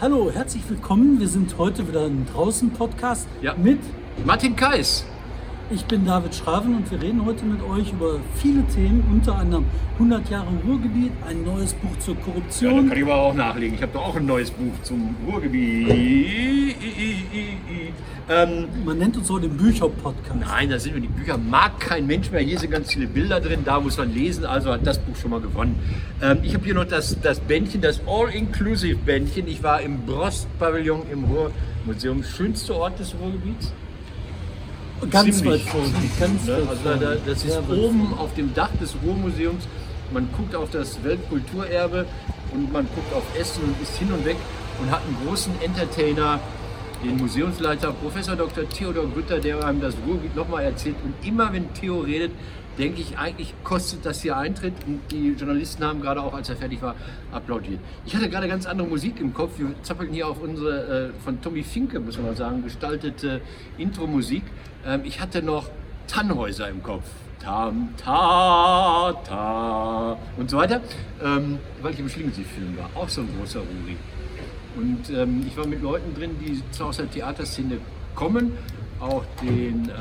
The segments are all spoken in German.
Hallo, herzlich willkommen. Wir sind heute wieder ein Draußen-Podcast mit Martin Kais. Ich bin David Schraven und wir reden heute mit euch über viele Themen, unter anderem 100 Jahre Ruhrgebiet, ein neues Buch zur Korruption. Ja, da kann ich aber auch nachlegen. Ich habe doch auch ein neues Buch zum Ruhrgebiet. Man nennt uns auch den Bücher-Podcast. Nein, da sind wir. Die Bücher mag kein Mensch mehr. Hier sind ganz viele Bilder drin, da muss man lesen, also hat das Buch schon mal gewonnen. Ich habe hier noch das Bändchen, das All-Inclusive-Bändchen. Ich war im Brost-Pavillon im Ruhrmuseum, schönster Ort des Ruhrgebiets. Ganz weit vorne. Das ist oben auf dem Dach des Ruhrmuseums. Man guckt auf das Weltkulturerbe und man guckt auf Essen und ist hin und weg und hat einen großen Entertainer, den Museumsleiter Professor Dr. Theodor Gütter, der einem das Ruhrgebiet nochmal erzählt. Und immer wenn Theo redet, denke ich, eigentlich kostet das hier Eintritt. Und die Journalisten haben gerade auch, als er fertig war, applaudiert. Ich hatte gerade ganz andere Musik im Kopf. Wir zappeln hier auf unsere von Tommy Finke, muss man mal sagen, gestaltete Intro-Musik. Ich hatte noch Tannhäuser im Kopf. Tam, ta, ta und so weiter, weil ich im Schlingensief-Film war. Auch so ein großer Ruri. Und ich war mit Leuten drin, die zwar aus der Theaterszene kommen, auch den,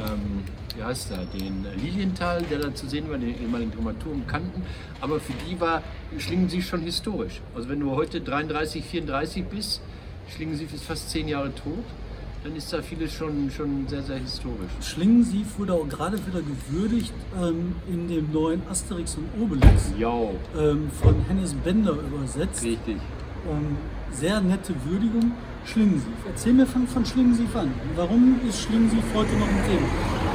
den Lilienthal, der da zu sehen war, den ehemaligen Dramaturgen kannten, aber für die war Schlingensief schon historisch. Also wenn du heute 33, 34 bist, Schlingensief ist fast 10 Jahre tot, dann ist da vieles schon sehr, sehr historisch. Schlingensief wurde auch gerade wieder gewürdigt in dem neuen Asterix und Obelix von Hennes Bender übersetzt. Richtig. Sehr nette Würdigung. Schlingensief. Erzähl mir von Schlingensief an. Warum ist Schlingensief heute noch ein Thema?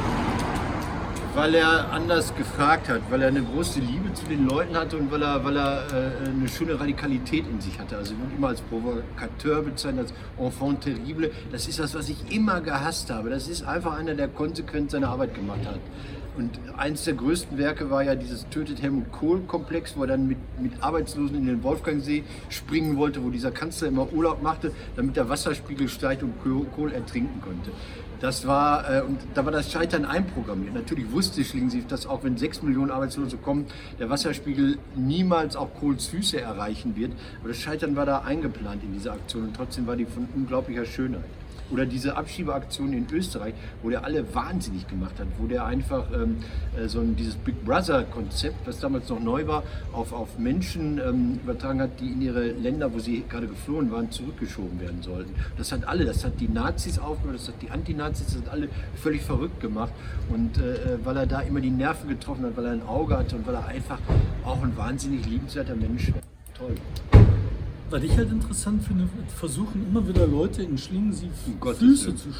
Weil er anders gefragt hat, weil er eine große Liebe zu den Leuten hatte und weil er eine schöne Radikalität in sich hatte. Also er wird immer als Provokateur bezeichnet, als Enfant terrible. Das ist das, was ich immer gehasst habe. Das ist einfach einer, der konsequent seine Arbeit gemacht hat. Und eins der größten Werke war ja dieses Tötet Helmut Kohl-Komplex, wo er dann mit Arbeitslosen in den Wolfgangsee springen wollte, wo dieser Kanzler immer Urlaub machte, damit der Wasserspiegel steigt und Kohl ertrinken konnte. Das war, und da war das Scheitern einprogrammiert. Natürlich wusste Schlingensief, dass auch wenn 6 Millionen Arbeitslose kommen, der Wasserspiegel niemals auch Kohls Füße erreichen wird. Aber das Scheitern war da eingeplant in dieser Aktion und trotzdem war die von unglaublicher Schönheit. Oder diese Abschiebeaktion in Österreich, wo der alle wahnsinnig gemacht hat, wo der einfach dieses Big Brother-Konzept, was damals noch neu war, auf Menschen übertragen hat, die in ihre Länder, wo sie gerade geflohen waren, zurückgeschoben werden sollten. Das hat die Nazis aufgehört, das hat die Antinazis, das hat alle völlig verrückt gemacht. Und weil er da immer die Nerven getroffen hat, weil er ein Auge hatte und weil er einfach auch ein wahnsinnig liebenswerter Mensch war. Toll. Was ich halt interessant finde, versuchen immer wieder Leute in Schlingensief Füße zu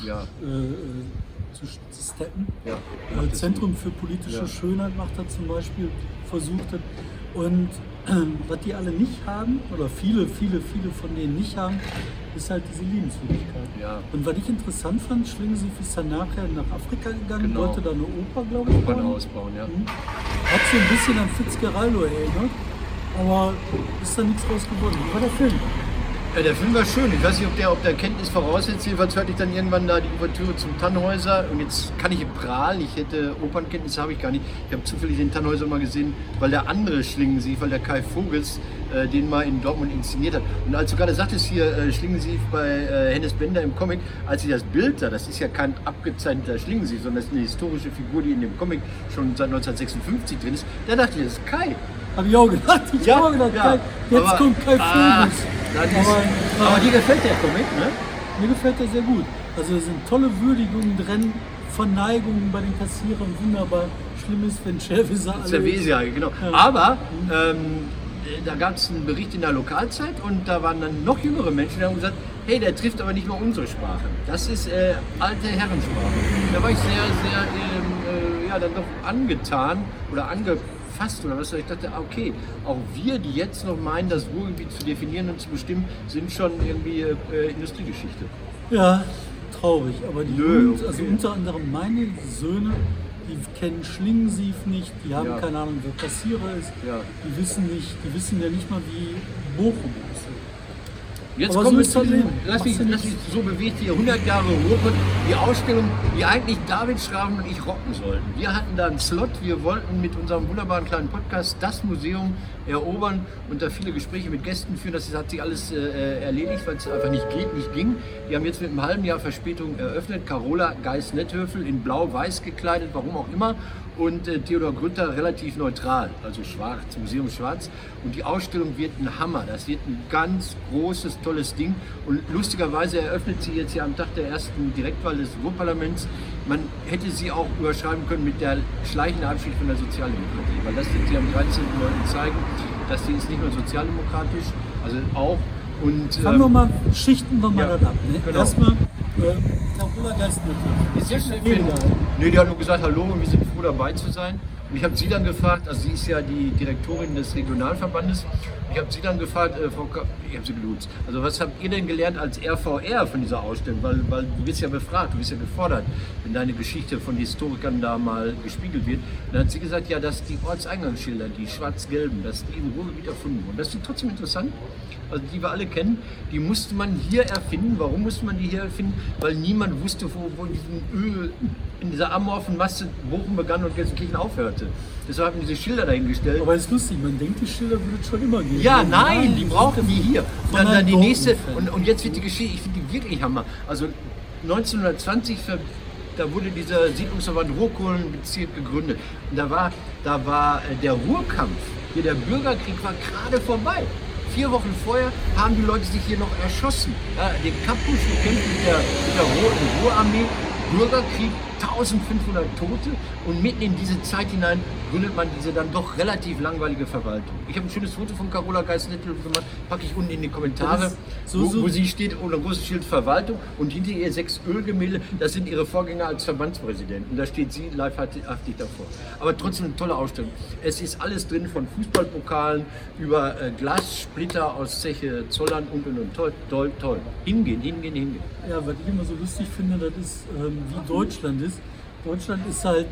steppen. Ja, Zentrum für politische Schönheit macht er zum Beispiel, versucht hat. Und was die alle nicht haben, oder viele von denen nicht haben, ist halt diese Liebenswürdigkeit. Ja. Und was ich interessant fand, Schlingensief ist dann nachher nach Afrika gegangen, wollte da eine Oper, glaube ich, ausbauen. Ja. Hat so ein bisschen an Fitzgeraldo erinnert. Aber ist da nichts draus geworden. Wie war der Film? Ja, der Film war schön. Ich weiß nicht, ob der Kenntnis voraussetzt. Jedenfalls hörte ich dann irgendwann da die Ouvertüre zum Tannhäuser. Und jetzt kann ich prahlen. Ich hätte Opernkenntnisse, habe ich gar nicht. Ich habe zufällig den Tannhäuser mal gesehen, weil der andere Schlingensief, weil der Kai Vogels den mal in Dortmund inszeniert hat. Und als du gerade sagtest hier, Schlingensief bei Hennes Bender im Comic, als ich das Bild sah, das ist ja kein abgezeichneter Schlingensief, sondern das ist eine historische Figur, die in dem Comic schon seit 1956 drin ist, da dachte ich, das ist Kai. Habe ich auch gedacht. Kai. Jetzt kommt Kai Vogels. Aber dir gefällt der Comic, ne? Mir gefällt der sehr gut. Also es sind tolle Würdigungen drin, Verneigungen bei den Kassierern, wunderbar. Schlimm ist, wenn Cerveza alle... Cerveza, genau. Ja. Aber da gab es einen Bericht in der Lokalzeit und da waren dann noch jüngere Menschen, die haben gesagt, hey, der trifft aber nicht nur unsere Sprache. Das ist alte Herrensprache. Da war ich sehr, dann doch angetan oder angefasst oder was. Ich dachte, okay, auch wir, die jetzt noch meinen, das Ruhrgebiet zu definieren und zu bestimmen, sind schon irgendwie Industriegeschichte. Ja, traurig. Aber also unter anderem meine Söhne, die kennen Schlingensief nicht, die haben keine Ahnung, wer Kassierer ist, die wissen ja nicht mal, wie Bochum ist. Jetzt Aber kommen so wir ist zu das diesem, Leben. lass mich Machst du nichts. so bewegt hier, 100 Jahre Ruhrpott, die Ausstellung, die eigentlich David Schraven und ich rocken sollten. Wir hatten da einen Slot, wir wollten mit unserem wunderbaren kleinen Podcast das Museum erobern und da viele Gespräche mit Gästen führen. Das hat sich alles erledigt, weil es einfach nicht ging. Wir haben jetzt mit einem halben Jahr Verspätung eröffnet. Carola Geis-Netthöfel in blau-weiß gekleidet, warum auch immer. Und Theodor Grütter relativ neutral, also schwarz, Museum schwarz. Und die Ausstellung wird ein Hammer. Das wird ein ganz großes, tolles Ding. Und lustigerweise eröffnet sie jetzt ja am Tag der ersten Direktwahl des Ruhrparlaments. Man hätte sie auch überschreiben können mit der schleichenden Abschied von der Sozialdemokratie. Weil das wird sie am 13.09. zeigen, dass sie ist nicht nur sozialdemokratisch, also auch. Und, Schichten wir mal ja, das ab. Ne? genau. Erstmal Carola Geis-Netthöfel. Ist jetzt nee, die hat nur gesagt, hallo und wir sind froh dabei zu sein. Und ich habe sie dann gefragt, also sie ist ja die Direktorin des Regionalverbandes, ich habe sie dann gefragt, ich habe sie geduzt, also was habt ihr denn gelernt als RVR von dieser Ausstellung? Weil du wirst ja befragt, du wirst ja gefordert, wenn deine Geschichte von Historikern da mal gespiegelt wird. Und dann hat sie gesagt, ja, dass die Ortseingangsschilder, die schwarz-gelben, dass die im Ruhrgebiet erfunden wurden. Das ist trotzdem interessant. Also die wir alle kennen, die musste man hier erfinden. Warum musste man die hier erfinden? Weil niemand wusste, wo in dieser amorphen Masse Bochum begann und Gelsenkirchen aufhörte. Deshalb haben diese Schilder dahingestellt. Aber es ist lustig, man denkt, die Schilder würde es schon immer geben. Ja, nein, die brauchen die hier. Und dann die nächste, und und jetzt wird die Geschichte, ich finde die wirklich Hammer. Also 1920 da wurde dieser Siedlungsverband Ruhrkohlenbezirk gegründet. Und da war der Ruhrkampf, hier der Bürgerkrieg war gerade vorbei. 4 Wochen vorher haben die Leute sich hier noch erschossen. Ja, den Kapusch gekämpft mit der Roten Ruhrarmee, Bürgerkrieg, 1500 Tote und mitten in diese Zeit hinein gründet man diese dann doch relativ langweilige Verwaltung. Ich habe ein schönes Foto von Carola Geis-Netthöfel gemacht, packe ich unten in die Kommentare, wo sie steht, ohne großes Schild Verwaltung und hinter ihr 6 Ölgemälde, das sind ihre Vorgänger als Verbandspräsident und da steht sie livehaftig davor. Aber trotzdem eine tolle Ausstellung. Es ist alles drin, von Fußballpokalen über Glassplitter aus Zeche Zollern und. Toll. Hingehen. Ja, was ich immer so lustig finde, das ist, wie Deutschland ist. Deutschland ist halt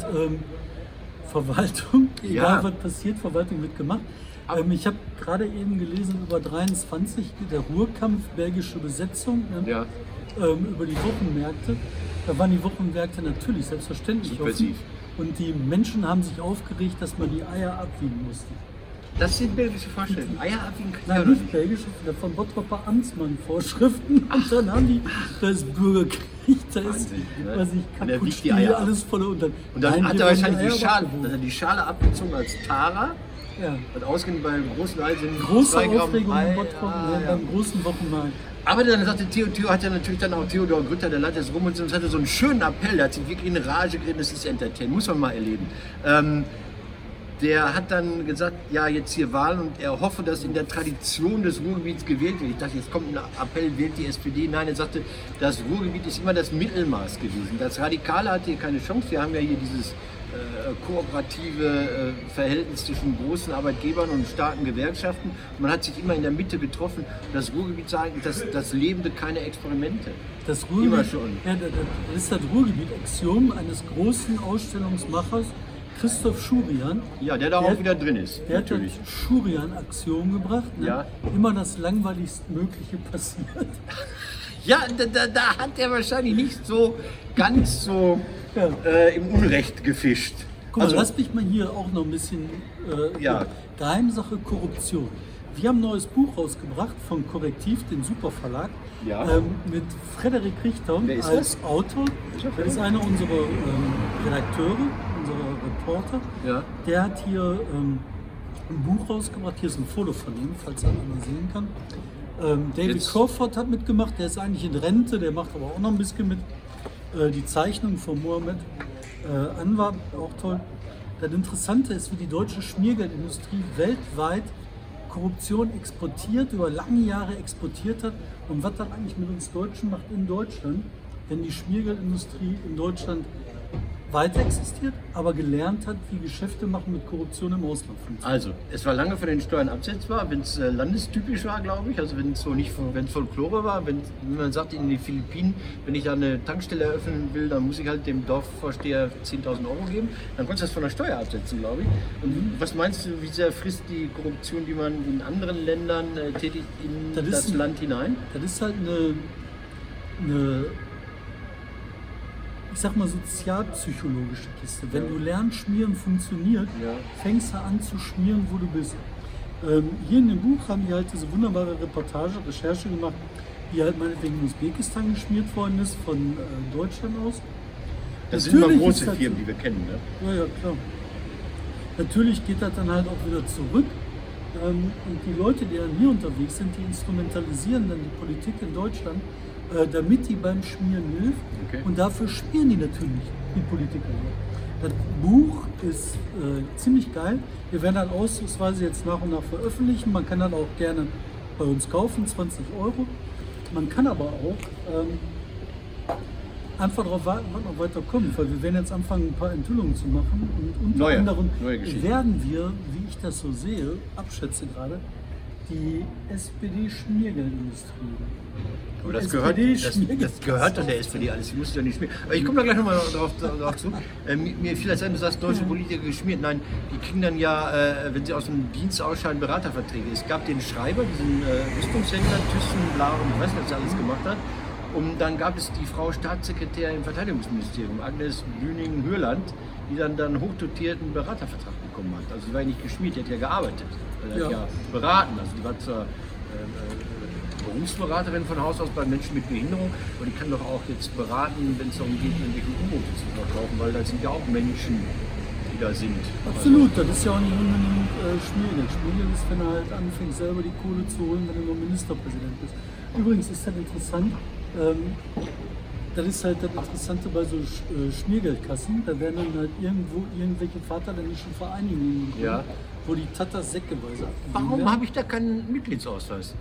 Verwaltung, egal was passiert, Verwaltung wird gemacht. Ich habe gerade eben gelesen über 23, der Ruhrkampf, belgische Besetzung, über die Wochenmärkte. Da waren die Wochenmärkte natürlich selbstverständlich offen. Und die Menschen haben sich aufgeregt, dass man die Eier abwiegen musste. Das sind belgische Vorstellungen. Eier abwiegen kann Nein, nicht belgische, von Bottroper Amtsmann Vorschriften. Und dann haben die das Bürgerkrieg, da ist, was ich kaputt spiele, alles voller Unternehmen. Und dann hat er wahrscheinlich die Schale abgezogen als Tara. Ja. Und ausgehend beim großen Ei sind große Aufregung in Bottrop, beim großen Wochenmarkt. Aber dann sagte Theo hat ja natürlich dann auch Theodor Grütter, der Leiter des Ruhrmuseums, hatte so einen schönen Appell, der hat sich wirklich in Rage geredet, das ist Entertainment, muss man mal erleben. Der hat dann gesagt, ja, jetzt hier Wahlen und er hoffe, dass in der Tradition des Ruhrgebiets gewählt wird. Ich dachte, jetzt kommt ein Appell, wählt die SPD. Nein, er sagte, das Ruhrgebiet ist immer das Mittelmaß gewesen. Das Radikale hatte hier keine Chance. Wir haben ja hier dieses kooperative Verhältnis zwischen großen Arbeitgebern und starken Gewerkschaften. Man hat sich immer in der Mitte getroffen. Das Ruhrgebiet sah eigentlich das Lebende, keine Experimente. Das Ruhrgebiet, immer schon. Ja, das ist das Ruhrgebiet-Axiom eines großen Ausstellungsmachers, Christoph Schurian. Ja, der da auch wieder drin ist. Der natürlich. Hat das Schurian-Axiom gebracht. Ne? Ja. Immer das langweiligstmögliche passiert. Ja, da hat er wahrscheinlich nicht so ganz so im Unrecht gefischt. Guck mal, lass mich mal hier auch noch ein bisschen Geheimsache Korruption. Wir haben ein neues Buch rausgebracht von Korrektiv, den Superverlag, mit Frederik Richter als Autor. Das ist einer unserer Redakteure, unserer Reporter. Ja. Der hat hier ein Buch rausgebracht. Hier ist ein Foto von ihm, falls einer mal sehen kann. David Crawford hat mitgemacht, der ist eigentlich in Rente, der macht aber auch noch ein bisschen mit. Die Zeichnung von Mohammed Anwar, auch toll. Das Interessante ist, wie die deutsche Schmiergeldindustrie weltweit Korruption exportiert, über lange Jahre exportiert hat und was das eigentlich mit uns Deutschen macht in Deutschland, wenn die Schmiergeldindustrie in Deutschland weiter existiert, aber gelernt hat, wie Geschäfte machen mit Korruption im Ausland funktioniert. Also, es war lange von den Steuern absetzbar, wenn es landestypisch war, glaube ich. Also wenn es so nicht, wenn es Folklore war, wenn man sagt in den Philippinen, wenn ich da eine Tankstelle eröffnen will, dann muss ich halt dem Dorfvorsteher 10.000 Euro geben. Dann konntest du das von der Steuer absetzen, glaube ich. Und was meinst du, wie sehr frisst die Korruption, die man in anderen Ländern tätigt, in das Land hinein? Das ist halt eine ich sag mal, sozialpsychologische Kiste. Wenn du lernst, Schmieren funktioniert, fängst du an zu schmieren, wo du bist. Hier in dem Buch haben die halt diese wunderbare Recherche gemacht, wie halt meinetwegen in Usbekistan geschmiert worden ist, von Deutschland aus. Das sind immer große Firmen, die wir kennen, ne? Ja, klar. Natürlich geht das dann halt auch wieder zurück. Und die Leute, die dann hier unterwegs sind, die instrumentalisieren dann die Politik in Deutschland, damit die beim Schmieren hilft. Okay. Und dafür schmieren die natürlich die Politiker. Das Buch ist ziemlich geil. Wir werden dann auszugsweise jetzt nach und nach veröffentlichen. Man kann dann auch gerne bei uns kaufen, 20 Euro. Man kann aber auch einfach darauf warten, was noch weiter kommt. Weil wir werden jetzt anfangen, ein paar Enthüllungen zu machen. Und unter anderem werden wir, wie ich das so sehe, abschätze gerade, die SPD-Schmiergeldindustrie. Aber das gehört doch der SPD alles, ich muss ja nicht schmieren. Aber ich komme da gleich nochmal drauf zu. Mir fiel das ein, du sagst, deutsche Politiker geschmiert. Nein, die kriegen dann ja, wenn sie aus dem Dienst ausscheiden, Beraterverträge. Es gab den Schreiber, diesen Rüstungshändler, Thyssen, Bla und ich weiß nicht, was er alles gemacht hat. Und dann gab es die Frau Staatssekretär im Verteidigungsministerium, Agnes Bühning-Hürland, die dann einen hochdotierten Beratervertrag bekommen hat. Also sie war ja nicht geschmiert, die hat ja gearbeitet, die hat ja beraten. Also die war zwar Berufsberaterin von Haus aus bei Menschen mit Behinderung, aber die kann doch auch jetzt beraten, wenn es darum geht, irgendwelche U-Boote zu verkaufen, weil da sind ja auch Menschen, die da sind. Absolut, das ist ja auch nicht unbedingt Schmiergeld. Schmiergeld ist, wenn du halt anfängst, selber die Kohle zu holen, wenn du nur Ministerpräsident bist. Übrigens ist das interessant, das ist halt das Interessante bei so Schmiergeldkassen, da werden dann halt irgendwo irgendwelche vaterländischen Vereinigungen gegründet, wo die Tatas säckeweise abgegeben werden. Warum habe ich da keinen Mitgliedsausweis?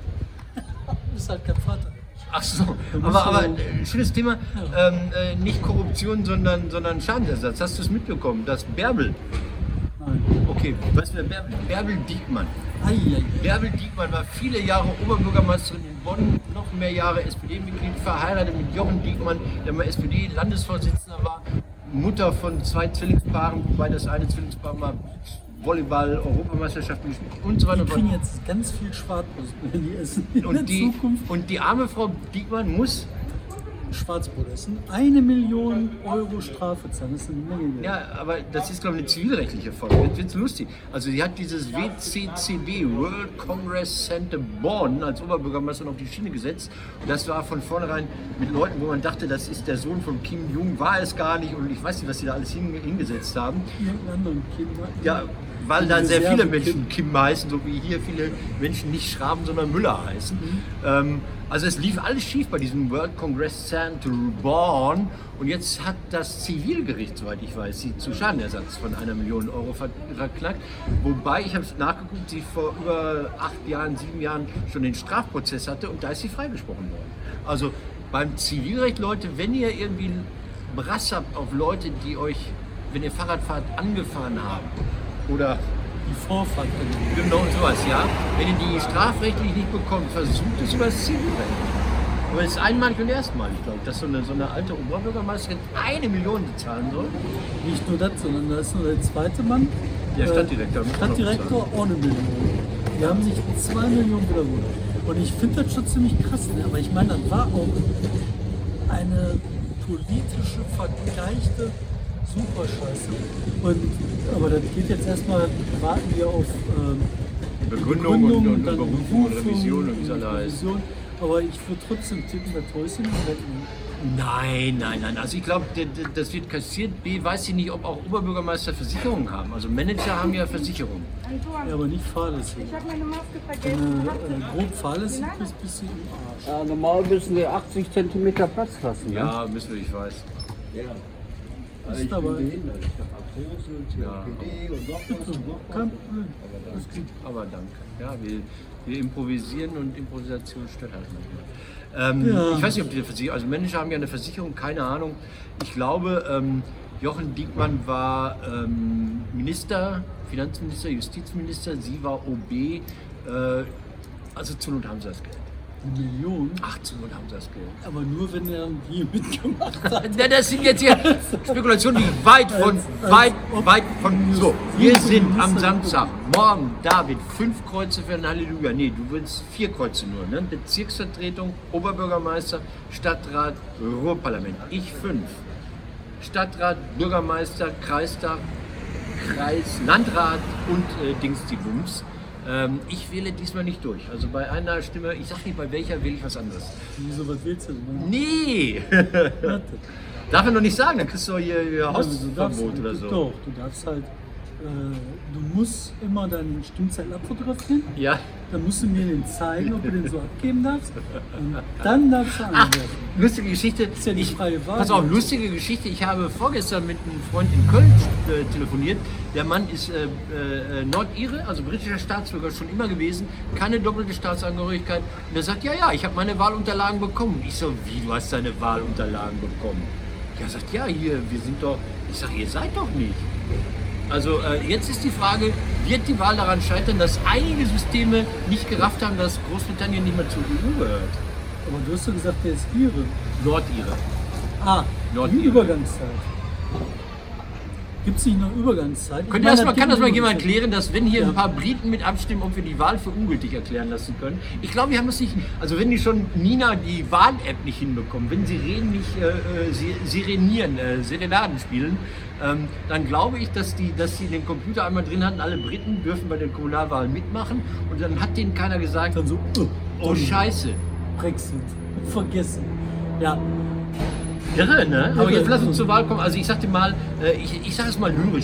Du bist halt kein Vater. Ach so, aber schönes Thema, nicht Korruption, sondern Schadensersatz. Hast du es mitbekommen, dass Bärbel, Nein. okay, was wäre Bärbel? Bärbel Diekmann. Ei. Bärbel Diekmann war viele Jahre Oberbürgermeisterin in Bonn, noch mehr Jahre SPD-Mitglied, verheiratet mit Jochen Diekmann, der mal SPD-Landesvorsitzender war, Mutter von 2 Zwillingspaaren, wobei das eine Zwillingspaar mal Volleyball, Europameisterschaften gespielt und so weiter. Die kriegen jetzt ganz viel Schwarzbrot, wenn die essen in der Zukunft. Und die arme Frau Diekmann muss Schwarzbrot essen, 1 Million Euro Strafe zahlen, das ist eine Menge Geld. Ja, aber das ist, glaube ich, eine zivilrechtliche Folge. Jetzt wird es lustig. Also sie hat dieses WCCB, World Congress Center Bonn, als Oberbürgermeisterin auf die Schiene gesetzt. Und das war von vornherein mit Leuten, wo man dachte, das ist der Sohn von Kim Jong, war es gar nicht. Und ich weiß nicht, was sie da alles hingesetzt haben. Irgendeinen anderen Kim. Ja, weil da sehr viele Menschen Kim heißen, so wie hier viele Menschen nicht Schraben, sondern Müller heißen. Also es lief alles schief bei diesem World Congress Center Bonn und jetzt hat das Zivilgericht, soweit ich weiß, sie zu Schadenersatz von 1 Million Euro verklagt. Wobei, ich habe es nachgeguckt, sie vor über 8 Jahren, 7 Jahren schon den Strafprozess hatte und da ist sie freigesprochen worden. Also beim Zivilrecht, Leute, wenn ihr irgendwie Brass habt auf Leute, die euch, wenn ihr Fahrrad fahrt, angefahren haben oder die Vorfahrt. Genau sowas, ja. Wenn ihr die strafrechtlich nicht bekommt, versucht es über das Zivilrecht. Aber es ist einmalig und erstmalig, glaube ich, dass so eine alte Oberbürgermeisterin 1 Million bezahlen soll. Nicht nur das, sondern da ist nur der zweite Mann. Der Stadtdirektor. Stadtdirektor ohne Million. Die haben sich 2 Millionen wiederholt. Und ich finde das schon ziemlich krass, ne? Aber ich meine, das war auch eine politische, vergleichte super scheiße. Aber das geht jetzt erstmal, warten wir auf Begründung und Berufung und Revision und wie es alle heißt. Aber ich würde trotzdem tippen, das Häuschen retten. Nein. Also ich glaube, das wird kassiert. B, weiß ich nicht, ob auch Oberbürgermeister Versicherungen haben. Also Manager haben ja Versicherungen. Ja, aber nicht fahrlässig. Ich habe meine Maske vergessen. Grob fahrlässig bist ein bisschen im Arsch. Ja, normal müssen wir 80 cm Platz lassen. Ja, müssen wir, ich weiß. Ja. Ist Ich aber bin behindert. Ich habe Arthrose und COPD und noch was. Kein Problem. Aber danke. Ja, wir improvisieren und Improvisation stört halt manchmal. Ich weiß nicht, ob die Versicherung, also Manager haben ja eine Versicherung, keine Ahnung. Ich glaube, Jochen Diekmann war Minister, Finanzminister, Justizminister, sie war OB, also zur Not haben sie das Geld. 1 Million. Ach, zur Not haben sie das Geld. Aber nur wenn er hier mitgemacht hat. Ja, das sind jetzt hier Spekulationen, die weit von so. Wir sind am Samstag, morgen, David, 5 Kreuze für ein Halleluja. Nee, du willst 4 Kreuze nur, ne? Bezirksvertretung, Oberbürgermeister, Stadtrat, Ruhrparlament. Ich 5. Stadtrat, Bürgermeister, Kreistag, Kreis, Landrat und Dings die Bums. Ich wähle diesmal nicht durch. Also bei einer Stimme, ich sag nicht bei welcher, wähle ich was anderes. Wieso, was willst du denn? Nee! Warte. Darf er noch nicht sagen, dann kriegst du hier Du Hausverbot darfst, oder so. Doch, du darfst halt, du musst immer deinen Stimmzettel abfotografieren. Ja. Dann musst du mir den zeigen, ob du den so abgeben darfst. Und dann darfst du anwerfen. Lustige Geschichte. ist ja die freie Wahl. Pass auf, lustige Geschichte. Ich habe vorgestern mit einem Freund in Köln telefoniert. Der Mann ist Nordire, also britischer Staatsbürger schon immer gewesen, keine doppelte Staatsangehörigkeit. Und er sagt, ja, ich habe meine Wahlunterlagen bekommen. Ich so, wie, du hast deine Wahlunterlagen bekommen? Er sagt, ja, hier, wir sind doch. Ich sage, ihr seid doch nicht. Also jetzt ist die Frage, wird die Wahl daran scheitern, dass einige Systeme nicht gerafft haben, dass Großbritannien nicht mehr zur EU gehört? Aber du hast doch gesagt, der ist Ire. Nordire. Ah, Nordire. die Übergangszeit. Gibt es nicht noch Übergangszeit? Ich Kann meine, das mal die jemand Übergangszeit. klären, dass wenn hier ein paar Briten mit abstimmen, ob wir die Wahl für ungültig erklären lassen können? Ich glaube, wir haben es nicht. Also wenn die schon Nina die Wahl-App nicht hinbekommen, wenn sie reden nicht Serenaden spielen, dann glaube ich, dass sie den Computer einmal drin hatten, alle Briten dürfen bei den Kommunalwahlen mitmachen und dann hat denen keiner gesagt, Dann so, oh Scheiße. Brexit. Vergessen. Ja, Irre, ne? Aber Irre. jetzt lass uns zur Wahl kommen. Also ich sagte mal, ich sage es mal lyrisch.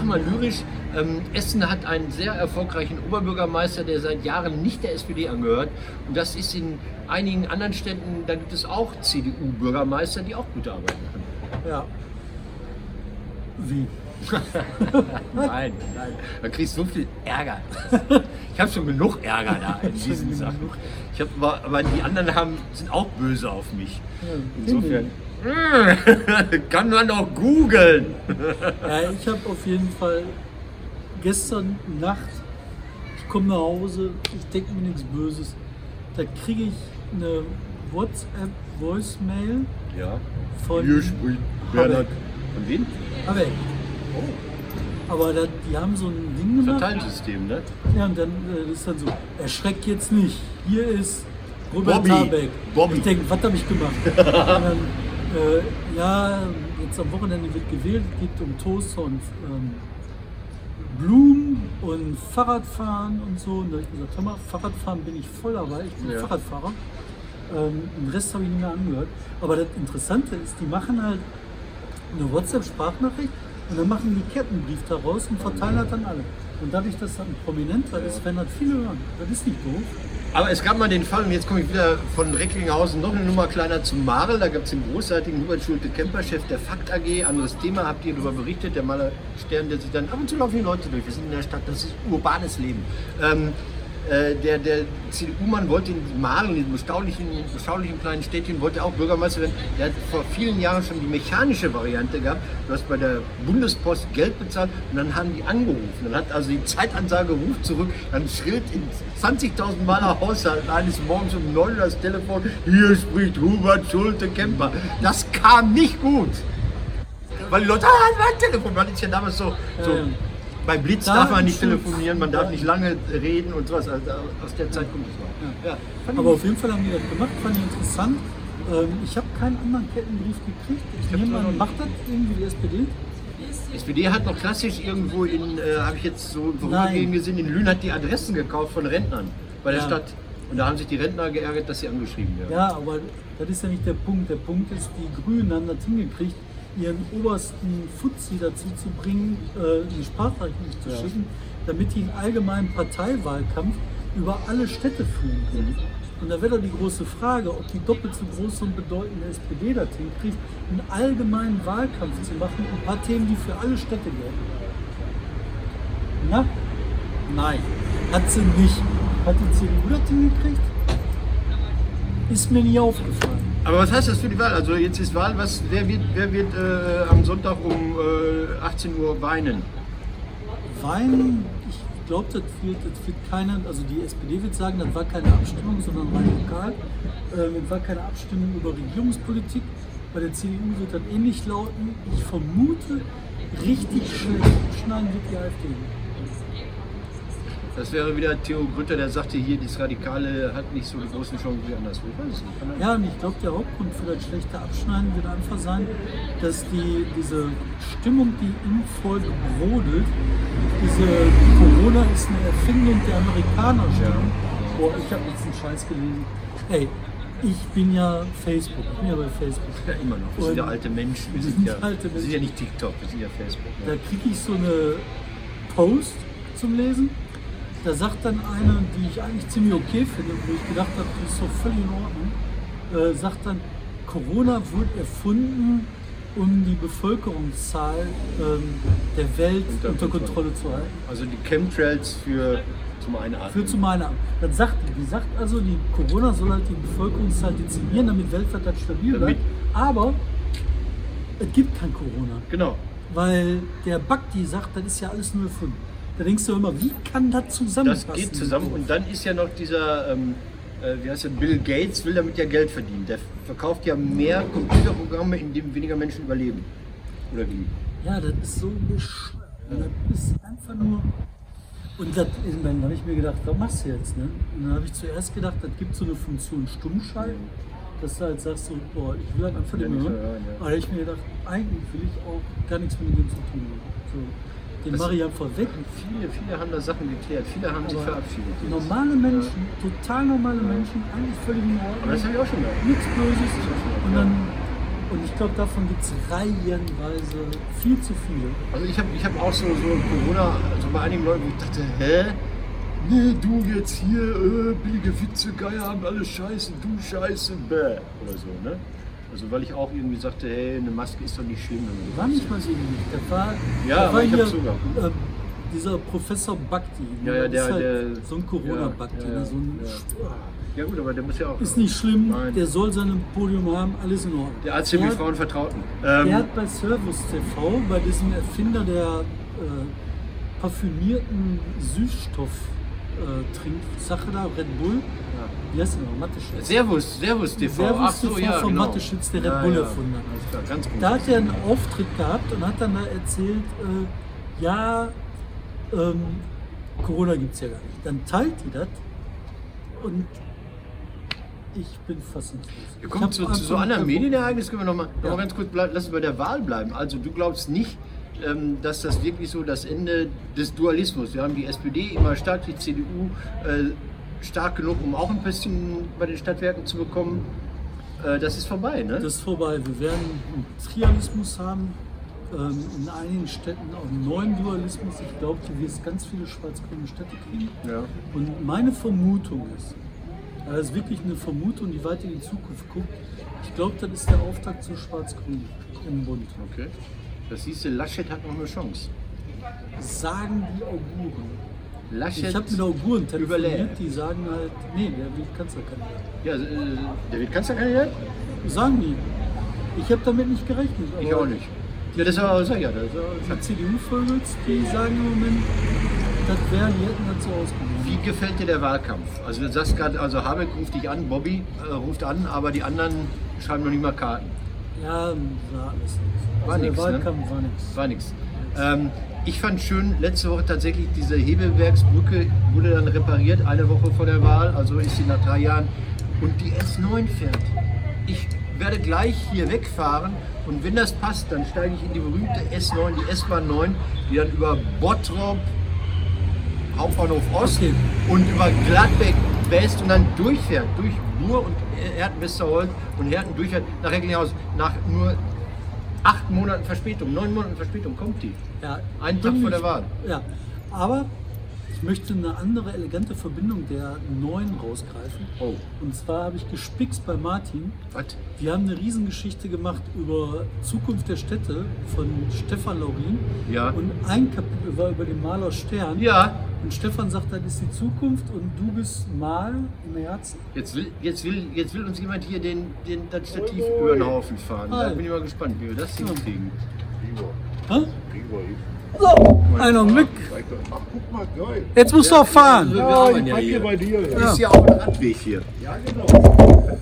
Essen hat einen sehr erfolgreichen Oberbürgermeister, der seit Jahren nicht der SPD angehört. Und das ist in einigen anderen Städten, da gibt es auch CDU-Bürgermeister, die auch gute Arbeit machen. ja. Wie? Nein. Da kriegst du so viel Ärger. Ich habe schon genug Ärger da in diesen Sachen. Aber die anderen sind auch böse auf mich. Insofern kann man doch googeln. Ja, ich habe auf jeden Fall gestern Nacht, ich komme nach Hause, ich denke mir nichts Böses, da kriege ich eine WhatsApp-Voicemail Ja. von Bernhard. Von wem? Habeck. Aber die haben so ein Ding gemacht. Verteilsystem, ne? Ja, und dann ist dann so, erschreck jetzt nicht, hier ist Robert Bobby. Habeck. Bobby. Ich denke, was habe ich gemacht? Und dann, ja, jetzt am Wochenende wird gewählt, es geht um Toaster und Blumen und Fahrradfahren und so. Und da habe ich gesagt, hör mal, Fahrradfahren bin ich voll dabei, ich bin Ja. Fahrradfahrer. Den Rest habe ich nicht mehr angehört. Aber das Interessante ist, die machen halt eine WhatsApp-Sprachnachricht und dann machen die Kettenbrief daraus und verteilen das dann alle. Und dadurch, dass das ein Prominenter ist, werden halt viele hören. Das ist nicht doof. Aber es gab mal den Fall, und jetzt komme ich wieder von Recklinghausen noch eine Nummer kleiner zu Marl. Da gab es den großartigen Hubert Schulte-Kemper, Chef der Fakt AG. Anderes Thema, habt ihr darüber berichtet. Der Malerstern, der sich dann ab und zu laufen die Leute durch. Wir sind in der Stadt, das ist urbanes Leben. Der CDU-Mann wollte in Marl, in diesem beschaulichen kleinen Städtchen, wollte auch Bürgermeister werden. Der hat vor vielen Jahren schon die mechanische Variante gehabt. Du hast bei der Bundespost Geld bezahlt und dann haben die angerufen. Dann hat also die Zeitansage ruft zurück, dann schrillt in 20.000 Maler Haushalt eines Morgens um 9 Uhr das Telefon, hier spricht Hubert Schulte-Kemper. Das kam nicht gut. Weil die Leute, mein Telefon, man ist ja damals so bei Blitz darf man nicht telefonieren, man darf nicht lange reden und sowas. Also aus der Zeit kommt es noch. Ja. Aber auf jeden Fall haben die das gemacht, fand ich interessant. Ich habe keinen anderen Kettenbrief gekriegt. Ich nehme an, macht das irgendwie die SPD? Die SPD hat noch klassisch irgendwo habe ich jetzt so im Vorübergehen gesehen, in Lünen hat die Adressen gekauft von Rentnern bei der Stadt. Und da haben sich die Rentner geärgert, dass sie angeschrieben werden. Ja, aber das ist ja nicht der Punkt. Der Punkt ist, die Grünen haben das hingekriegt, ihren obersten Fuzzi dazu zu bringen, eine Sprachnachricht zu schicken, damit die einen allgemeinen Parteiwahlkampf über alle Städte führen können. Und da wäre doch die große Frage, ob die doppelt so große und bedeutende SPD das hinkriegt, einen allgemeinen Wahlkampf zu machen, ein paar Themen, die für alle Städte gelten. Na? Nein, hat sie nicht. Hat die CDU das hingekriegt? Ist mir nie aufgefallen. Aber was heißt das für die Wahl? Also jetzt ist Wahl, wer wird am Sonntag um 18 Uhr weinen? Weinen, ich glaube, das wird keiner, also die SPD wird sagen, das war keine Abstimmung, sondern rein lokal. Das war keine Abstimmung über Regierungspolitik. Bei der CDU wird das ähnlich lauten. Ich vermute, richtig schlecht abschneiden wird die AfD. Das wäre wieder Theo Grütter, der sagte, hier, das Radikale hat nicht so die großen Chancen wie anderswo. Ich weiß es nicht. Ja, und ich glaube, der Hauptgrund für das schlechte Abschneiden wird einfach sein, dass diese Stimmung, die im Volk brodelt, diese Corona ist eine Erfindung der Amerikaner. Boah, ich habe jetzt einen Scheiß gelesen. Ey, ich bin ja bei Facebook. Ja, immer noch. Wir sind ja alte Menschen. Wir sind ja nicht TikTok, wir sind ja Facebook. Da kriege ich so eine Post zum Lesen. Da sagt dann eine, die ich eigentlich ziemlich okay finde, wo ich gedacht habe, die ist doch völlig in Ordnung, sagt dann, Corona wurde erfunden, um die Bevölkerungszahl der Welt unter Kontrolle zu halten. Also die Chemtrails zum Einatmen. Dann sagt die sagt also, die Corona soll halt die Bevölkerungszahl dezimieren, damit weltweit das stabil bleibt. Aber es gibt kein Corona. Genau. Weil der Bakti sagt, das ist ja alles nur erfunden. Da denkst du immer, wie kann das zusammenpassen? Das geht zusammen und dann ist ja noch dieser, wie heißt der, Bill Gates will damit ja Geld verdienen. Der verkauft ja mehr Computerprogramme, in denen weniger Menschen überleben. Oder wie? Ja, das ist so bescheuert. Das ist einfach nur... Und dann habe ich mir gedacht, was machst du jetzt? Ne? Und dann habe ich zuerst gedacht, das gibt so eine Funktion Stummschalten, dass du halt sagst, so, boah, ich will halt einfach nicht mehr hören. Aber da habe ich mir gedacht, eigentlich will ich auch gar nichts mit dem zu tun haben. So, den mache ich einfach weg. Viele haben da Sachen geklärt, viele haben sich verabschiedet. Normale Menschen, total normale Menschen, eigentlich völlig in Ordnung. Aber das habe ich auch schon gehabt. Nichts Böses. Und ich glaube, davon gibt es reihenweise viel zu viele. Also ich hab auch so Corona, also bei einigen Leuten, wo ich dachte, hä? Nee, du jetzt hier, billige Witze, Geier haben alle Scheiße, du Scheiße, bäh. Oder so, ne? Also weil ich auch irgendwie sagte, hey, eine Maske ist doch nicht schlimm. War nicht mal so nicht. Ja, aber ich hab's sogar. Dieser Professor Bakti, ja, ist halt so ein Corona-Bakti. Ja gut, aber der muss ja auch... Ist nicht schlimm, Nein. Der soll sein Podium haben, alles in Ordnung. Der Arzt, dem die Frauen vertrauten. Der hat bei Servus TV, bei diesem Erfinder der parfümierten Süßstoff-Trinksache da, Red Bull, wie heißt der noch? Mathe-Schütz. Servus TV. Servus TV von genau. Mathe-Schütz, der Red Bull erfunden hat. Klar, ganz gut. Da hat er einen Auftritt gehabt und hat dann da erzählt, Corona gibt es ja gar nicht. Dann teilt die das und ich bin fassungslos. Wir kommen zu so anderen Medienereignissen, können wir noch mal ganz kurz lass uns bei der Wahl bleiben. Also du glaubst nicht, dass das wirklich so das Ende des Dualismus, wir haben die SPD immer stark, die CDU stark genug, um auch ein bisschen bei den Stadtwerken zu bekommen. Das ist vorbei, ne? Das ist vorbei. Wir werden einen Trialismus haben, in einigen Städten auch einen neuen Dualismus. Ich glaube, du wirst ganz viele schwarz-grüne Städte kriegen. Ja. Und meine Vermutung ist, das ist wirklich eine Vermutung, die weit in die Zukunft guckt, ich glaube, das ist der Auftakt zu Schwarz-Grün im Bund. Okay. Das hieß, Laschet hat noch eine Chance. Sagen die Auguren. Laschet Ich habe mit Auguren telefoniert, überlebt. die sagen halt, nee, der wird Kanzlerkandidat. Ja, der wird Kanzlerkandidat? Sagen die. Ich habe damit nicht gerechnet. Ich auch nicht. Ja, das war ja. Die CDU-Vögels, die sagen im Moment, die hätten das so ausgegeben. Wie gefällt dir der Wahlkampf? Also du sagst gerade, also Habeck ruft dich an, Bobby ruft an, aber die anderen schreiben noch nicht mal Karten. Ja, war alles nichts. War Also nix, der Wahlkampf ne? war nichts. War nichts. Ich fand schön, letzte Woche tatsächlich diese Hebelwerksbrücke wurde dann repariert, eine Woche vor der Wahl, also ist sie nach 3 Jahren. Und die S9 fährt. Ich werde gleich hier wegfahren und wenn das passt, dann steige ich in die berühmte S9, die S-Bahn 9, die dann über Bottrop, Hauptbahnhof Ost und über Gladbeck West und dann durchfährt, durch Buhr und Herten-Westerholz und Herten durchfährt nach Recklinghausen. Nach nur 8 Monaten Verspätung, 9 Monaten Verspätung kommt die. Ja, Einen Tag vor der Wahl. Ja, aber ich möchte eine andere elegante Verbindung der 9 rausgreifen. Oh. Und zwar habe ich gespickst bei Martin. Was? Wir haben eine Riesengeschichte gemacht über Zukunft der Städte von Stefan Laurin. Ja. Und ein Kapitel war über den Maler Stern. Ja. Und Stefan sagt, das ist die Zukunft und du bist mal im Herzen. Jetzt will uns jemand hier das Stativ über den Haufen fahren. Da bin ich mal gespannt, wie wir das hinkriegen. Hä? So, einen Augenblick. Ach, guck mal, geil. Jetzt musst du auch fahren. Wir Ja, arbeiten ich ja parke hier. bei dir. Ja, Das ist ja auch ein Radweg hier. ja genau.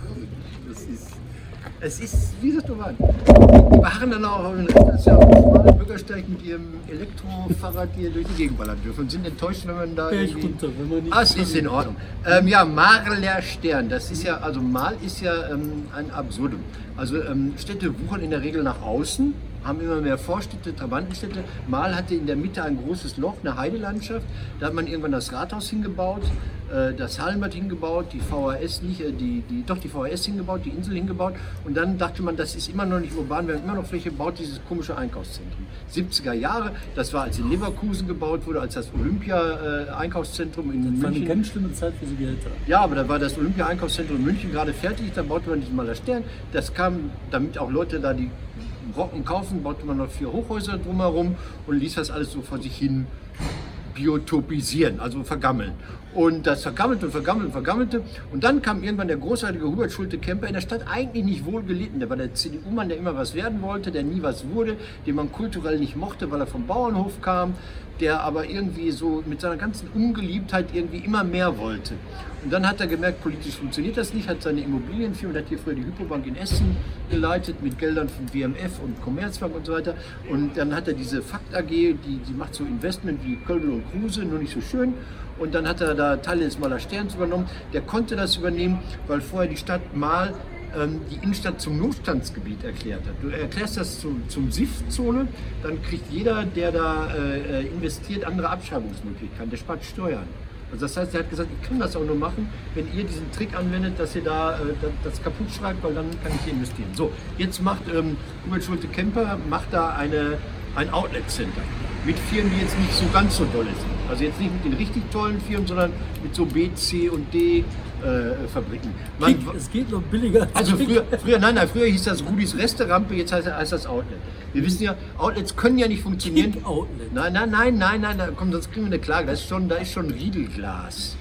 Es ist, wie gesagt, normal. Die beharren dann auch auf den Rest, dass ja auf dem schmalen Bürgersteig mit ihrem Elektrofahrrad hier durch die Gegend ballern dürfen und sind enttäuscht, wenn man da Berg irgendwie... runter, wenn man nicht. Ah, es ist in Ordnung. Ja, Marler Stern, das ist ja, also Mal ist ja ein Absurdum. Also Städte wuchern in der Regel nach außen, haben immer mehr Vorstädte, Trabantenstädte. Mal hatte in der Mitte ein großes Loch, eine Heidelandschaft. Da hat man irgendwann das Rathaus hingebaut, das Hallenbad hingebaut, die VHS nicht, die VHS hingebaut, die Insel hingebaut. Und dann dachte man, das ist immer noch nicht urban, wir haben immer noch Fläche, baut dieses komische Einkaufszentrum. 70er Jahre, das war als in Leverkusen gebaut wurde, als das Olympia-Einkaufszentrum in Das war eine München. ganz schlimme Zeit für die Gelder. Ja, aber da war das Olympia-Einkaufszentrum in München gerade fertig, da baute man diesen Maler Stern. Das kam, damit auch Leute da die Brocken kaufen, baute man noch 4 Hochhäuser drumherum und ließ das alles so vor sich hin biotopisieren, also vergammeln. Und das vergammelte und vergammelte und vergammelte. Und dann kam irgendwann der großartige Hubert Schulte-Kemper, in der Stadt eigentlich nicht wohl gelitten. Der war der CDU-Mann, der immer was werden wollte, der nie was wurde, den man kulturell nicht mochte, weil er vom Bauernhof kam, der aber irgendwie so mit seiner ganzen Ungeliebtheit irgendwie immer mehr wollte. Und dann hat er gemerkt, politisch funktioniert das nicht, hat seine Immobilienfirma, hat hier früher die Hypobank in Essen geleitet mit Geldern von WMF und Commerzbank und so weiter. Und dann hat er diese Fakt AG, die macht so Investment wie Kölbel und Kruse, nur nicht so schön. Und dann hat er da Teile des Maler Sterns übernommen. Der konnte das übernehmen, weil vorher die Stadt Mal die Innenstadt zum Notstandsgebiet erklärt hat. Du erklärst das zum SIF-Zone, dann kriegt jeder, der da investiert, andere Abschreibungsmöglichkeiten. Der spart Steuern. Also das heißt, er hat gesagt, ich kann das auch nur machen, wenn ihr diesen Trick anwendet, dass ihr da das kaputt schreibt, weil dann kann ich hier investieren. So, jetzt macht Hubert Schulte-Kemper da ein Outlet-Center mit Firmen, die jetzt nicht so ganz so dolle sind. Also jetzt nicht mit den richtig tollen Firmen, sondern mit so B, C und D Fabriken. Es geht noch billiger. Also früher hieß das Rudis Resterampe, jetzt heißt das Outlet. Wir wissen ja, Outlets können ja nicht funktionieren. Outlet. Nein, komm, sonst kriegen wir eine Klage. Da ist schon Riedelglas.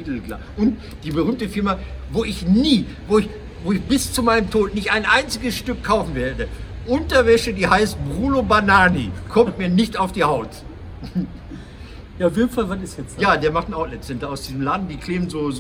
Und die berühmte Firma, wo ich bis zu meinem Tod nicht ein einziges Stück kaufen werde. Unterwäsche, die heißt Bruno Banani. Kommt mir nicht auf die Haut. Ja, auf jeden Fall, was ist jetzt da? Ja, der macht ein Outlet-Center aus diesem Laden, die kleben so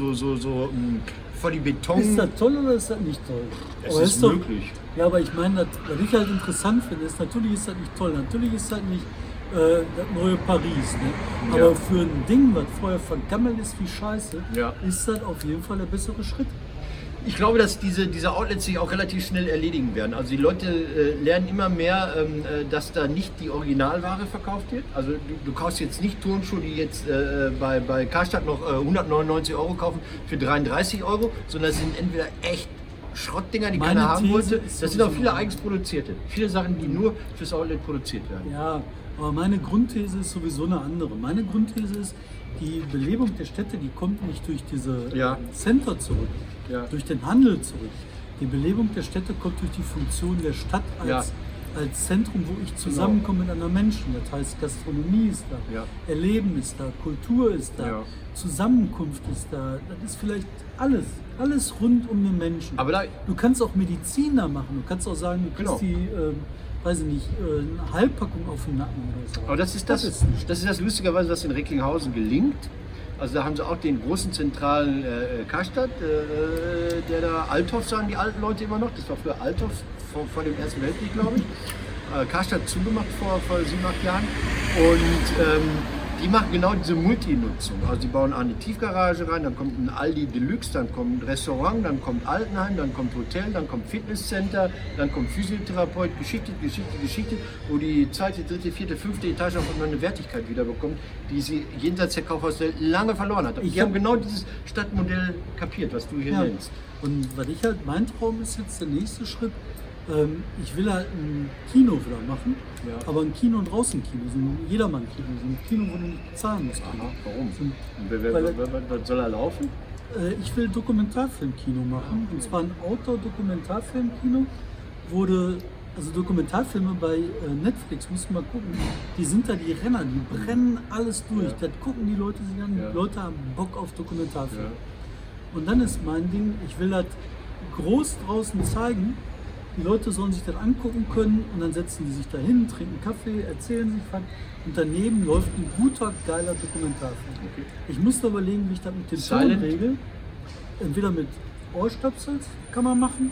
vor die Beton. Ist das toll oder ist das nicht toll? Es Aber ist doch- möglich. Ja, aber ich meine, was ich halt interessant finde, ist, natürlich ist das nicht toll, natürlich ist das nicht das neue Paris. Ne? Aber Ja. für ein Ding, was vorher vergammelt ist wie Scheiße, Ja. ist das auf jeden Fall der bessere Schritt. Ich glaube, dass diese Outlets sich auch relativ schnell erledigen werden. Also die Leute lernen immer mehr, dass da nicht die Originalware verkauft wird. Also du kaufst jetzt nicht Turnschuhe, die jetzt bei Karstadt noch 199 € kaufen für 33 €, sondern es sind entweder echt Schrottdinger, die Meine keiner haben These wollte. ist Das sind auch sowieso- viele eigens produzierte. Viele Sachen, die nur fürs Outlet produziert werden. Ja, aber meine Grundthese ist sowieso eine andere. Meine Grundthese ist, die Belebung der Städte, die kommt nicht durch diese Ja. Center zurück, Ja. durch den Handel zurück. Die Belebung der Städte kommt durch die Funktion der Stadt als, Ja. als Zentrum, wo ich zusammenkomme mit anderen Menschen. Das heißt, Gastronomie ist da, Ja. Erleben ist da, Kultur ist da, Ja. Zusammenkunft ist da. Das ist vielleicht alles rund um den Menschen. Aber da, Du kannst auch Medizin da machen. Du kannst auch sagen, du kriegst Genau. die, weiß ich nicht, eine Halbpackung auf den Nacken oder so. aber das ist das lustigerweise, was in Recklinghausen gelingt. Also da haben sie auch den großen zentralen Karstadt, der da Althoff sagen die alten Leute immer noch. Das war früher Althoff vor dem Ersten Weltkrieg, glaube ich. Karstadt zugemacht vor 7, 8 Jahren. Und die machen genau diese Multinutzung. Also die bauen eine Tiefgarage rein, dann kommt ein Aldi Deluxe, dann kommt ein Restaurant, dann kommt Altenheim, dann kommt Hotel, dann kommt Fitnesscenter, dann kommt Physiotherapeut, Geschichte, wo die 2., 3., 4., 5. Etage auch immer eine Wertigkeit wiederbekommt, die sie jenseits der Kaufhauswelt lange verloren hat. Die haben genau dieses Stadtmodell kapiert, was du hier Ja. nennst. Und was ich halt, mein Traum ist jetzt der nächste Schritt. Ich will halt ein Kino wieder machen, Ja. aber ein Kino und draußen Kino, so ein Jedermann-Kino, so ein Kino, wo du nicht bezahlen musst. Warum? So ein- Was soll er laufen? Ich will Dokumentarfilmkino machen, und zwar ein Outdoor-Dokumentarfilmkino, wo du Also Dokumentarfilme bei Netflix, musst du mal gucken, die sind da die Renner, die brennen alles durch. Ja. Das gucken die Leute sich an, Ja. die Leute haben Bock auf Dokumentarfilme. Ja. Und dann ist mein Ding, ich will das groß draußen zeigen, die Leute sollen sich das angucken können und dann setzen die sich da hin, trinken Kaffee, erzählen sich was und daneben läuft ein guter, geiler Dokumentarfilm. Okay. Ich musste überlegen, wie ich das mit dem Ton Silent? regel. Entweder mit Ohrstöpsels kann man machen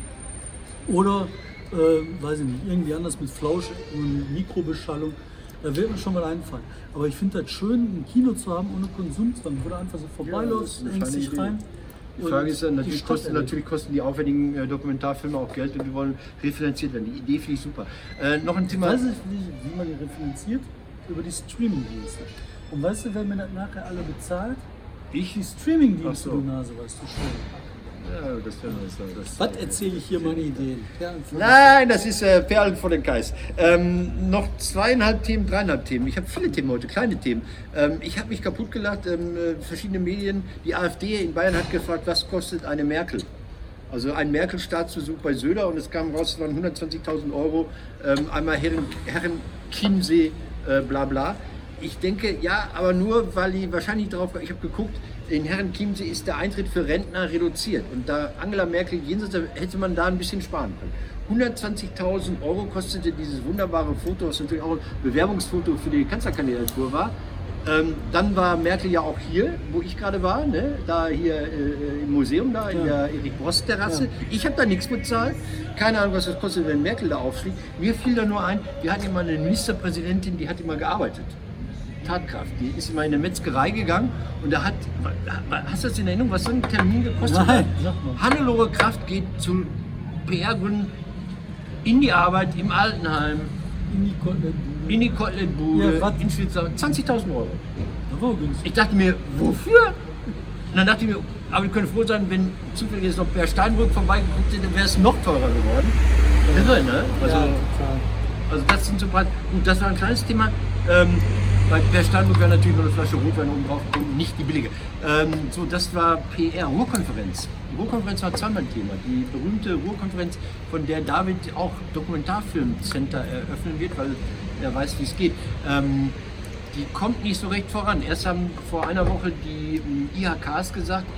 oder, weiß ich nicht, irgendwie anders mit Flausch und Mikrobeschallung. Da wird mir schon mal einfallen. Aber ich finde das schön, ein Kino zu haben ohne Konsumzwang, wo du einfach so vorbeiläufst, Ja, das ist eine hängst feine dich Idee. rein. Die Frage ist dann, und die Stadt erlebst. natürlich kosten die aufwendigen Dokumentarfilme auch Geld und die wollen refinanziert werden. Die Idee finde ich super. Noch ein Thema. Weiß ich, wie man die refinanziert? Über die Streaming-Dienste. Und weißt du, wer mir das nachher alle bezahlt? Ich? Die Streaming-Dienste, Ach so. du Nase, weißt du schon. Ja, das wäre das. Was erzähle ich hier meine Ideen? Ja, Nein, das ist Perlen vor den Kais. Noch 2,5 Themen, 3,5 Themen. Ich habe viele Themen heute, kleine Themen. Ich habe mich kaputt gelacht. Verschiedene Medien, die AfD in Bayern hat gefragt, was kostet eine Merkel? Also ein Merkel-Staatsbesuch bei Söder und es kam raus, es waren 120.000 Euro. Einmal Herren Chiemsee, bla bla. Ich denke, ja, aber nur, weil die wahrscheinlich darauf, ich habe geguckt, in Herren Chiemsee ist der Eintritt für Rentner reduziert. Und da Angela Merkel jenseits, hätte man da ein bisschen sparen können. 120.000 Euro kostete dieses wunderbare Foto, was natürlich auch ein Bewerbungsfoto für die Kanzlerkandidatur war. Dann war Merkel ja auch hier, wo ich gerade war, ne? Da hier im Museum, da in der Erich-Brost-Terrasse. Ja. Ich habe da nichts bezahlt. Keine Ahnung, was das kostet, wenn Merkel da aufschlägt. Mir fiel da nur ein, wir hatten immer eine Ministerpräsidentin, die hat immer gearbeitet. Tatkraft. Die ist immer in eine Metzgerei gegangen und da hat, hast du das in Erinnerung, was so ein Termin gekostet Nein, hat? sag mal. Hannelore Kraft geht zu PR-Gründen in die Arbeit im Altenheim, In die Kotelettenbude. in die Kotelettbude, Ja, was? in Schwitzerland. 20.000 Euro. Da war günstig. Ich dachte mir, wofür? Und dann dachte ich mir, aber wir können froh sein, wenn zufällig jetzt noch Per Steinbrück vorbeigeguckt hätte, dann wäre es noch teurer geworden. Irre, ne? Also, Ja, total. also das sind so Preise. Gut, das war ein kleines Thema. Bei Per Steinbrück wäre natürlich noch eine Flasche Rotwein oben drauf gekommen, nicht die billige. So, das war PR, Ruhrkonferenz. Die Ruhrkonferenz war zweimal ein Thema. Die berühmte Ruhrkonferenz, von der David auch Dokumentarfilmcenter eröffnen wird, weil er weiß, wie es geht. Die kommt nicht so recht voran. Erst haben vor einer Woche die IHKs gesagt,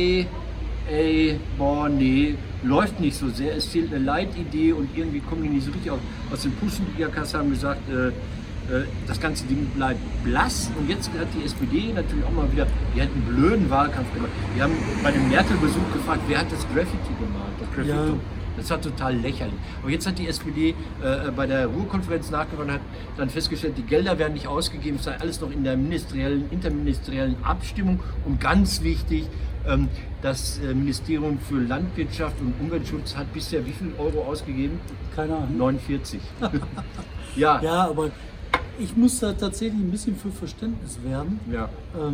boah, nee, läuft nicht so sehr. Es fehlt eine Leitidee und irgendwie kommen die nicht so richtig aus dem Pushen. Die IHKs haben gesagt, das ganze Ding bleibt blass. Und jetzt hat die SPD natürlich auch mal wieder, die hat einen blöden Wahlkampf gemacht. Die haben bei dem Merkel-Besuch gefragt, wer hat das Graffiti gemalt? Das Graffito. Ja. Das war total lächerlich. Und jetzt hat die SPD bei der Ruhrkonferenz nachgefragt und hat dann festgestellt, die Gelder werden nicht ausgegeben, es sei alles noch in der interministeriellen Abstimmung. Und ganz wichtig, das Ministerium für Landwirtschaft und Umweltschutz hat bisher wie viel Euro ausgegeben? Keine Ahnung. 49. Ja. Ja, aber ich muss da tatsächlich ein bisschen für Verständnis werben. Ja.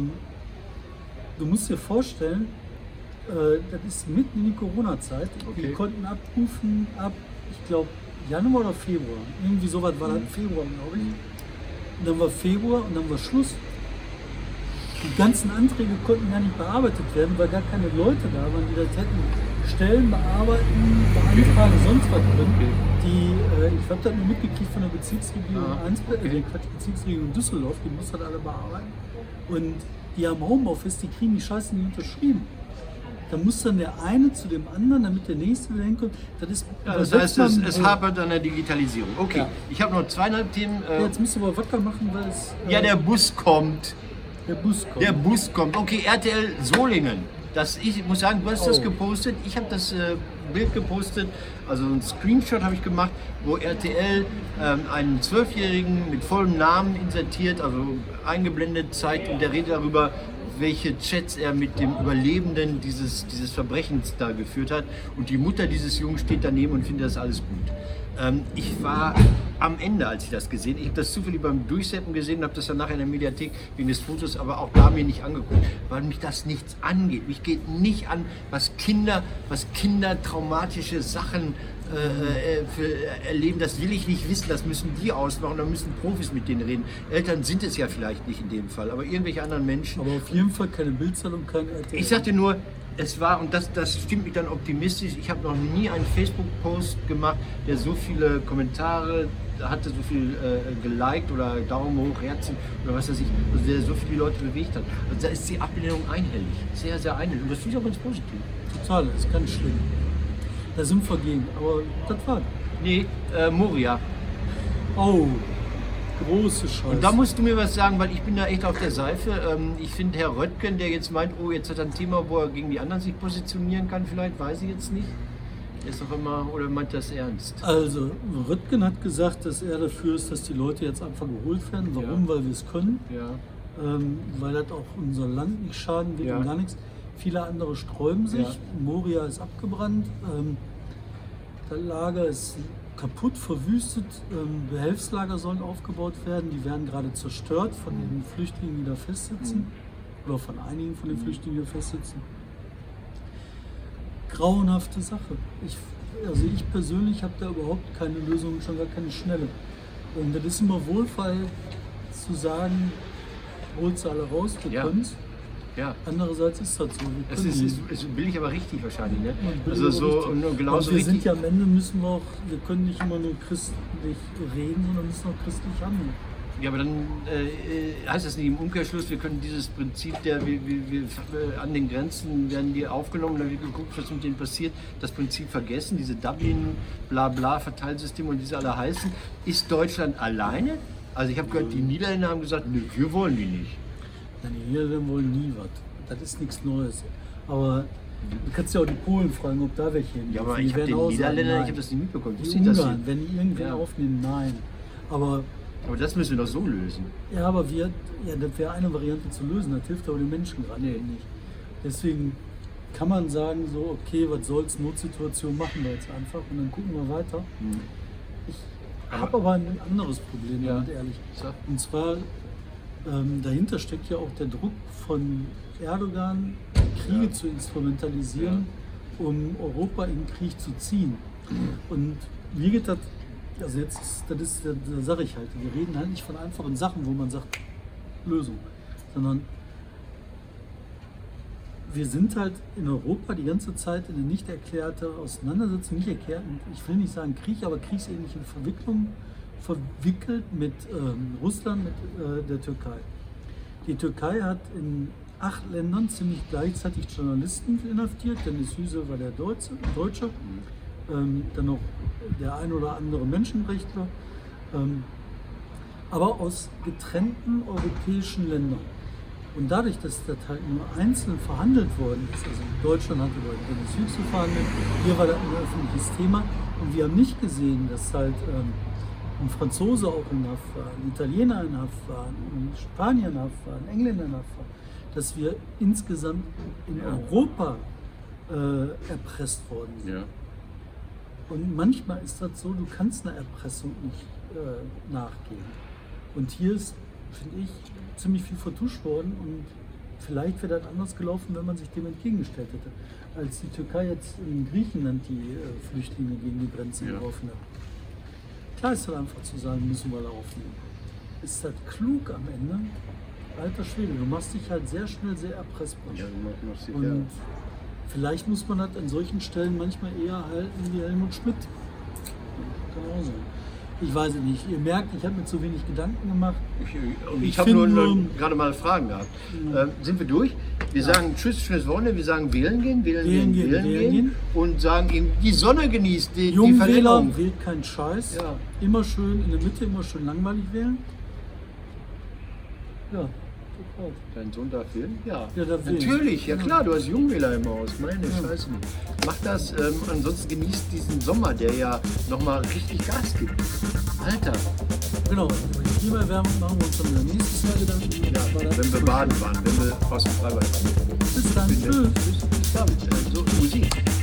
Du musst dir vorstellen, das ist mitten in die Corona-Zeit. Okay. Wir konnten abrufen ab, ich glaube, Januar oder Februar. Irgendwie sowas war das Februar, glaube ich. Und dann war Februar und dann war Schluss. Die ganzen Anträge konnten gar nicht bearbeitet werden, weil gar keine Leute da waren, die das hätten Stellen bearbeiten, beantragen, sonst was drin. Ich habe das nur mitgekriegt von der Bezirksregierung Bezirksregierung Düsseldorf, die muss das alle bearbeiten. Und die haben Homeoffice, die kriegen die Scheiße nicht unterschrieben. Da muss dann der eine zu dem anderen, damit der nächste wieder hinkommt. Das heißt, es hapert an der Digitalisierung. Okay, Ja. Ich habe noch 2,5 Themen. Jetzt musst du aber Wodka machen, weil es. Ja, der Bus kommt. Der Bus kommt. Der Bus kommt. Okay, RTL Solingen. Ich muss sagen, du hast das Oh. gepostet. Ich habe das Bild gepostet. Also ein Screenshot habe ich gemacht, wo RTL einen 12-Jährigen mit vollem Namen insertiert, also eingeblendet zeigt und der redet darüber, welche Chats er mit dem Überlebenden dieses Verbrechens da geführt hat. Und die Mutter dieses Jungen steht daneben und findet das alles gut. Ich war am Ende, als ich das gesehen habe. Ich habe das zufällig beim Durchseppen gesehen und habe das dann nachher in der Mediathek wegen des Fotos, aber auch da mir nicht angeguckt, weil mich das nichts angeht. Mich geht nicht an, was Kinder traumatische Sachen erleben. Das will ich nicht wissen, das müssen die ausmachen, da müssen Profis mit denen reden. Eltern sind es ja vielleicht nicht in dem Fall, aber irgendwelche anderen Menschen. Aber auf jeden Fall keine Bildzeitung, kein RTL. Ich sagte nur, Es war, und das stimmt mich dann optimistisch, ich habe noch nie einen Facebook-Post gemacht, der so viele Kommentare hatte, so viel geliked oder Daumen hoch, Herzen oder was weiß ich, also der so viele Leute bewegt hat. Also da ist die Ablehnung einhellig, sehr, sehr einhellig. Und das finde ich auch ganz positiv. Total, das ist ganz schlimm. Da sind wir gegen, aber das war. Nee, Moria. Oh, große Scheiße. Und da musst du mir was sagen, weil ich bin da echt auf der Seife. Ich finde Herr Röttgen, der jetzt meint, oh, jetzt hat er ein Thema, wo er gegen die anderen sich positionieren kann, vielleicht, weiß ich jetzt nicht. Er ist doch immer, oder meint das ernst? Also, Röttgen hat gesagt, dass er dafür ist, dass die Leute jetzt einfach geholt werden. Warum? Ja. Weil wir es können. Ja. Weil das auch unser Land nicht schaden wird Ja. und gar nichts. Viele andere sträuben sich. Ja. Moria ist abgebrannt. Das Lager ist kaputt, verwüstet. Behelfslager sollen aufgebaut werden. Die werden gerade zerstört von den Flüchtlingen, die da festsitzen. Oder von einigen von den Flüchtlingen, die da festsitzen. Grauenhafte Sache. Ich persönlich habe da überhaupt keine Lösung, schon gar keine schnelle. Und das ist immer wohlfeil zu sagen, holt sie alle raus, wir Ja. können's. Ja. Andererseits ist das so. Wir Es können ist billig, aber richtig wahrscheinlich, ne? die. Also so und Und genauso wir richtig. sind ja am Ende müssen wir können nicht immer nur christlich reden, sondern müssen auch christlich handeln. Ja, aber dann heißt das nicht im Umkehrschluss, wir können dieses Prinzip an den Grenzen werden die aufgenommen, dann wird geguckt, was mit denen passiert, das Prinzip vergessen, diese Dublin-Blabla-Verteilsysteme und wie sie alle heißen. Ist Deutschland alleine? Also ich habe gehört, die Niederländer haben gesagt, nö, wir wollen die nicht. Nein, die Niederländer wollen nie was. Das ist nichts Neues. Aber du kannst ja auch die Polen fragen, ob da welche hin. Ja, aber Die ich habe werden den auch sagen, Niederländern, nein. ich habe das nicht mitbekommen. Die Wusste ich das Ungarn, nicht? wenn die irgendwen Ja. aufnehmen, nein. Aber Aber das müssen wir doch so lösen. ja, das wäre eine Variante zu lösen, das hilft aber den Menschen gerade nicht. Deswegen kann man sagen, so, okay, was soll's, Notsituation machen wir jetzt einfach und dann gucken wir weiter. Ich habe aber ein anderes Problem, Ja. damit ehrlich. Sag. Und zwar, dahinter steckt ja auch der Druck von Erdogan, Kriege Ja. zu instrumentalisieren, um Europa in den Krieg zu ziehen. Und mir geht das, also jetzt, da sage ich halt, wir reden halt nicht von einfachen Sachen, wo man sagt, Lösung, sondern wir sind halt in Europa die ganze Zeit in eine nicht erklärte Auseinandersetzung, nicht erklärt, ich will nicht sagen Krieg, aber kriegsähnliche Verwicklung verwickelt mit Russland, mit der Türkei. Die Türkei hat in 8 Ländern ziemlich gleichzeitig Journalisten inhaftiert. Dennis Hüse war der Deutsche, dann noch der ein oder andere Menschenrechtler, aber aus getrennten europäischen Ländern. Und dadurch, dass das halt nur einzeln verhandelt worden ist, also Deutschland hat über Dennis Hüse verhandelt, hier war das ein öffentliches Thema und wir haben nicht gesehen, dass halt ein Franzose auch in Haft war, ein Italiener in Haft war, ein Spanier in Haft war, ein Engländer in Haft war, dass wir insgesamt in Europa erpresst worden sind. Ja. Und manchmal ist das so, du kannst einer Erpressung nicht nachgehen. Und hier ist, finde ich, ziemlich viel vertuscht worden und vielleicht wäre das anders gelaufen, wenn man sich dem entgegengestellt hätte, als die Türkei jetzt in Griechenland die Flüchtlinge gegen die Grenze geworfen hat. Klar ist halt einfach zu sagen, müssen wir da aufnehmen. Ist das klug am Ende? Alter Schwede, du machst dich halt sehr schnell sehr erpressbar. Ja, du machst dich, Und vielleicht muss man das an solchen Stellen manchmal eher halten wie Helmut Schmidt. Genauso. Ich weiß es nicht. Ihr merkt, ich habe mir zu wenig Gedanken gemacht. Ich habe nur gerade mal Fragen gehabt. Sind wir durch? Wir sagen Tschüss, schönes Wochenende, wir sagen wählen gehen und sagen eben die Sonne genießt, die Jungwähler, Verlängerung. wählt keinen Scheiß. Ja. Immer schön in der Mitte, immer schön langweilig wählen. Ja, total. Dein Sohn darf wählen? Ja, Ja, darf wählen. natürlich, ja klar, du hast Jungwähler im Haus, meine Scheiße. Mach das, ansonsten genießt diesen Sommer, der ja nochmal richtig Gas gibt. Alter, Genau, über die Klimaerwärmung machen wir uns dann beim nächsten Mal Gedanken. ja, wenn wir baden waren, wenn wir aus dem Freibad waren. Bis dann, tschüss. Bis dann, so Musik.